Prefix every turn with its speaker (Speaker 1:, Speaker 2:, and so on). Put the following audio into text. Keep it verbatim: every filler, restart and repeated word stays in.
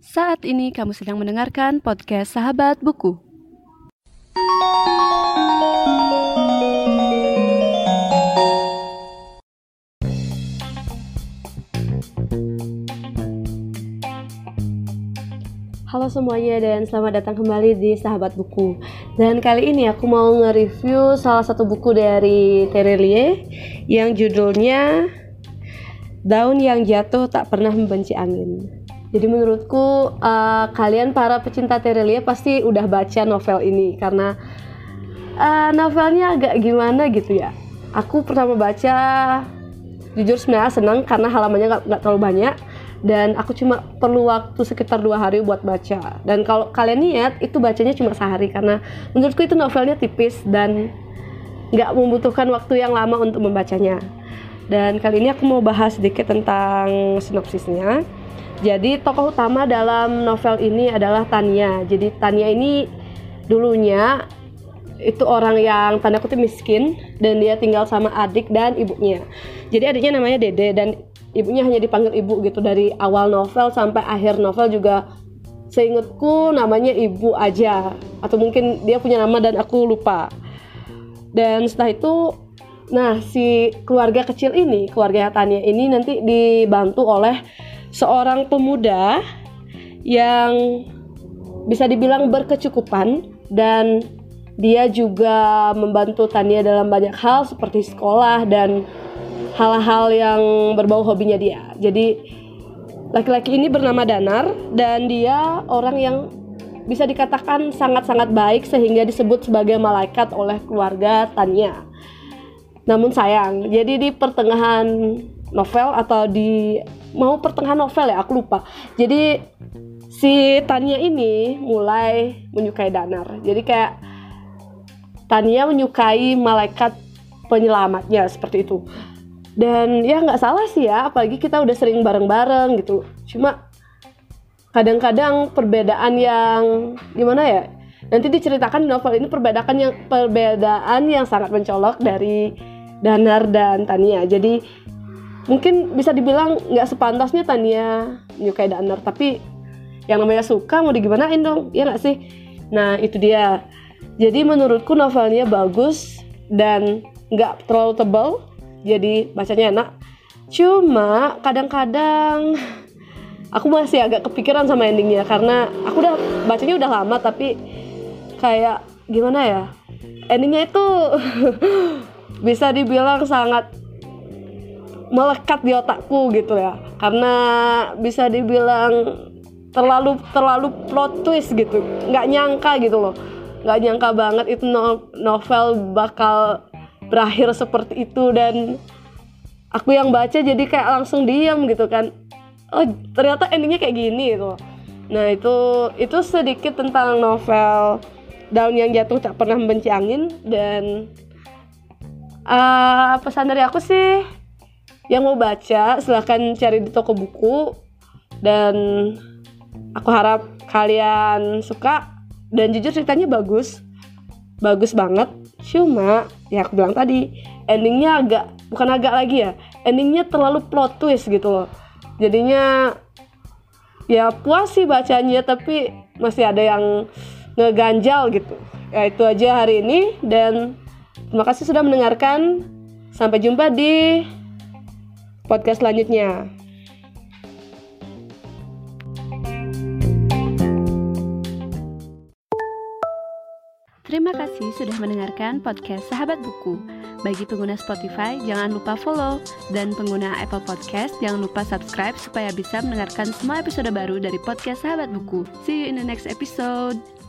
Speaker 1: Saat ini kamu sedang mendengarkan podcast Sahabat Buku. Halo semuanya dan selamat datang kembali di Sahabat Buku. Dan kali ini aku mau nge-review salah satu buku dari Terelie yang judulnya Daun yang Jatuh Tak Pernah Membenci Angin. Jadi menurutku uh, kalian para pecinta Terelie pasti udah baca novel ini karena uh, novelnya agak gimana gitu ya. Aku pertama baca jujur sebenarnya senang karena halamannya gak, gak terlalu banyak dan aku cuma perlu waktu sekitar dua hari buat baca. Dan kalau kalian niat itu bacanya cuma sehari karena menurutku itu novelnya tipis dan gak membutuhkan waktu yang lama untuk membacanya. Dan kali ini aku mau bahas sedikit tentang sinopsisnya. Jadi tokoh utama dalam novel ini adalah Tania. Jadi Tania ini dulunya itu orang yang tanda kutip miskin dan dia tinggal sama adik dan ibunya. Jadi adiknya namanya Dede dan ibunya hanya dipanggil ibu gitu dari awal novel sampai akhir novel juga seingatku namanya ibu aja atau mungkin dia punya nama dan aku lupa. Dan setelah itu nah si keluarga kecil ini, keluarga Tania ini nanti dibantu oleh seorang pemuda yang bisa dibilang berkecukupan dan dia juga membantu Tania dalam banyak hal seperti sekolah dan hal-hal yang berbau hobinya dia. Jadi laki-laki ini bernama Danar dan dia orang yang bisa dikatakan sangat-sangat baik sehingga disebut sebagai malaikat oleh keluarga Tania. Namun sayang, jadi di pertengahan novel atau di mau pertengahan novel ya aku lupa. Jadi si Tania ini mulai menyukai Danar. Jadi kayak Tania menyukai malaikat penyelamatnya seperti itu. Dan ya nggak salah sih ya, apalagi kita udah sering bareng-bareng gitu. Cuma kadang-kadang perbedaan yang gimana ya? Nanti diceritakan di novel ini perbedaan yang perbedaan yang sangat mencolok dari Danar dan Tania. Jadi mungkin bisa dibilang nggak sepantasnya Tania menyukai Danar, tapi yang namanya suka mau digimanain dong, ya nggak sih? Nah itu dia. Jadi menurutku novelnya bagus dan nggak terlalu tebal, jadi bacanya enak. Cuma kadang-kadang aku masih agak kepikiran sama endingnya karena aku udah bacanya udah lama tapi kayak gimana ya? Endingnya itu bisa dibilang sangat melekat di otakku gitu ya, karena bisa dibilang terlalu terlalu plot twist gitu, nggak nyangka gitu loh, nggak nyangka banget itu no, novel bakal berakhir seperti itu dan aku yang baca jadi kayak langsung diam gitu kan, oh ternyata endingnya kayak gini gitu. Nah itu itu sedikit tentang novel Daun yang Jatuh Tak Pernah Membenci Angin dan uh, pesan dari aku sih, yang mau baca silahkan cari di toko buku dan aku harap kalian suka. Dan jujur ceritanya bagus bagus banget, cuma ya aku bilang tadi endingnya agak, bukan agak lagi ya, endingnya terlalu plot twist gitu loh. Jadinya ya puas sih bacanya tapi masih ada yang ngeganjal gitu. Ya itu aja hari ini dan terima kasih sudah mendengarkan. Sampai jumpa di podcast selanjutnya.
Speaker 2: Terima kasih sudah mendengarkan podcast Sahabat Buku. Bagi pengguna Spotify, jangan lupa follow. Dan pengguna Apple Podcast, jangan lupa subscribe supaya bisa mendengarkan semua episode baru dari podcast Sahabat Buku. See you in the next episode.